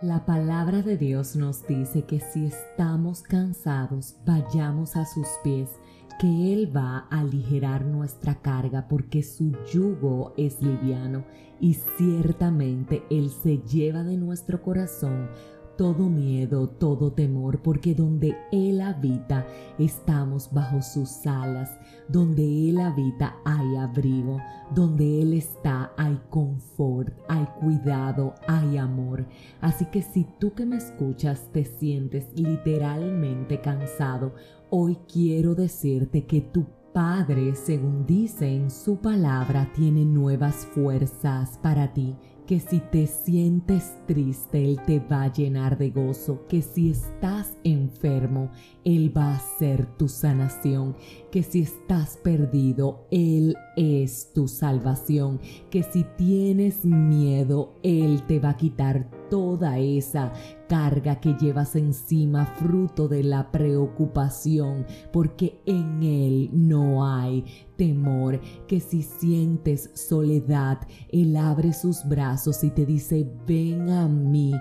La palabra de Dios nos dice que si estamos cansados, vayamos a sus pies, que Él va a aligerar nuestra carga porque su yugo es liviano y ciertamente Él se lleva de nuestro corazón todo miedo, todo temor, porque donde Él habita estamos bajo sus alas, donde Él habita hay abrigo, donde Él está hay confort, hay cuidado, hay amor. Así que si tú que me escuchas te sientes literalmente cansado, hoy quiero decirte que tu Padre, según dice en su palabra, tiene nuevas fuerzas para ti, que si te sientes triste, Él te va a llenar de gozo, que si estás enfermo, Él va a ser tu sanación, que si estás perdido, Él es tu salvación, que si tienes miedo, Él te va a quitar toda esa carga que llevas encima, fruto de la preocupación, porque en Él no hay temor, que si sientes soledad, Él abre sus brazos y te dice: ven a mí,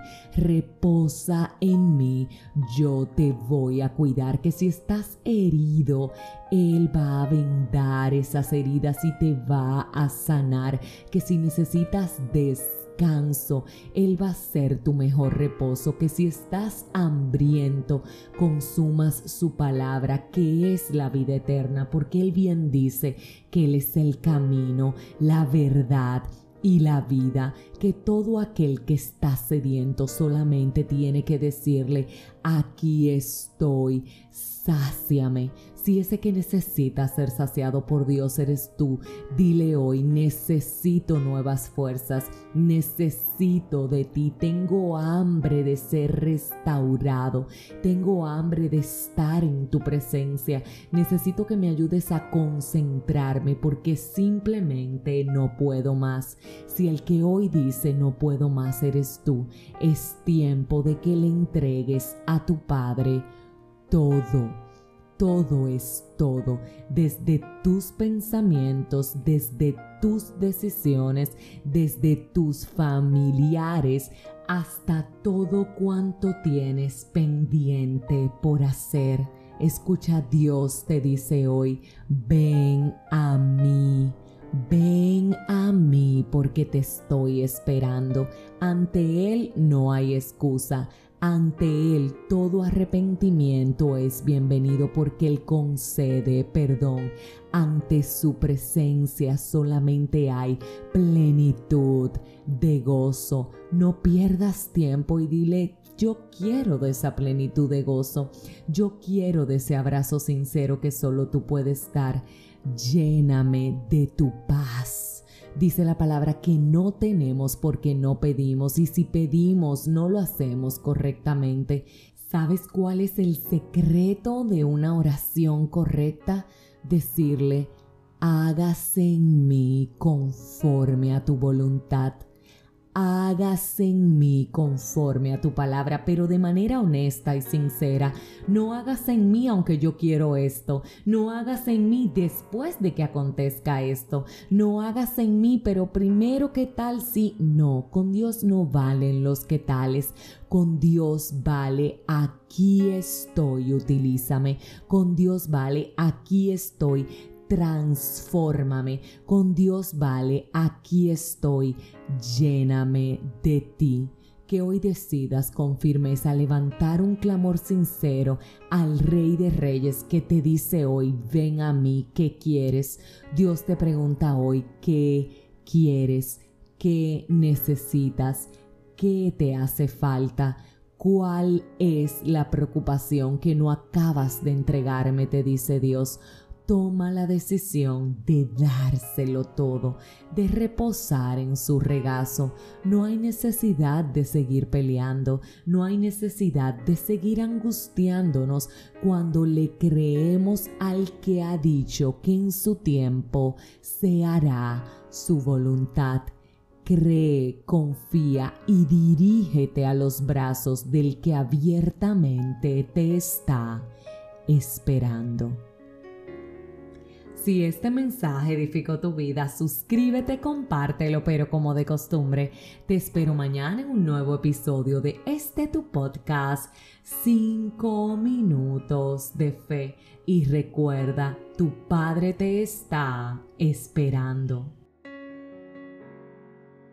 reposa en mí, yo te voy a cuidar, que si estás herido, Él va a vendar esas heridas y te va a sanar, que si necesitas descanso, Él va a ser tu mejor reposo, que si estás hambriento, consumas su palabra, que es la vida eterna, porque Él bien dice que Él es el camino, la verdad y la vida, que todo aquel que está sediento solamente tiene que decirle: aquí estoy, sáciame. Si ese que necesita ser saciado por Dios eres tú, dile hoy: necesito nuevas fuerzas, necesito de ti, tengo hambre de ser restaurado, tengo hambre de estar en tu presencia, necesito que me ayudes a concentrarme porque simplemente no puedo más. Si el que hoy dice no puedo más eres tú, es tiempo de que le entregues a tu Padre todo. Todo es todo, desde tus pensamientos, desde tus decisiones, desde tus familiares, hasta todo cuanto tienes pendiente por hacer. Escucha, Dios te dice hoy: ven a mí. Ven a mí porque te estoy esperando. Ante Él no hay excusa. Ante Él todo arrepentimiento es bienvenido porque Él concede perdón. Ante su presencia solamente hay plenitud de gozo. No pierdas tiempo y dile: yo quiero de esa plenitud de gozo. Yo quiero de ese abrazo sincero que solo tú puedes dar. Lléname de tu paz. Dice la palabra que no tenemos porque no pedimos, y si pedimos no lo hacemos correctamente. ¿Sabes cuál es el secreto de una oración correcta? Decirle: hágase en mí conforme a tu voluntad. Hágase en mí conforme a tu palabra, pero de manera honesta y sincera. No hágase en mí aunque yo quiero esto. No hágase en mí después de que acontezca esto. No hágase en mí, pero primero, ¿qué tal si? No, con Dios no valen los qué tales. Con Dios vale: aquí estoy, utilízame. Con Dios vale: aquí estoy, transfórmame. Con Dios vale: aquí estoy, lléname de ti. Que hoy decidas con firmeza levantar un clamor sincero al Rey de Reyes, que te dice hoy: ven a mí, ¿qué quieres? Dios te pregunta hoy: ¿qué quieres? ¿Qué necesitas? ¿Qué te hace falta? ¿Cuál es la preocupación que no acabas de entregarme? Te dice Dios. Toma la decisión de dárselo todo, de reposar en su regazo. No hay necesidad de seguir peleando, no hay necesidad de seguir angustiándonos cuando le creemos al que ha dicho que en su tiempo se hará su voluntad. Cree, confía y dirígete a los brazos del que abiertamente te está esperando. Si este mensaje edificó tu vida, suscríbete, compártelo, pero como de costumbre, te espero mañana en un nuevo episodio de tu podcast, 5 minutos de fe. Y recuerda, tu Padre te está esperando.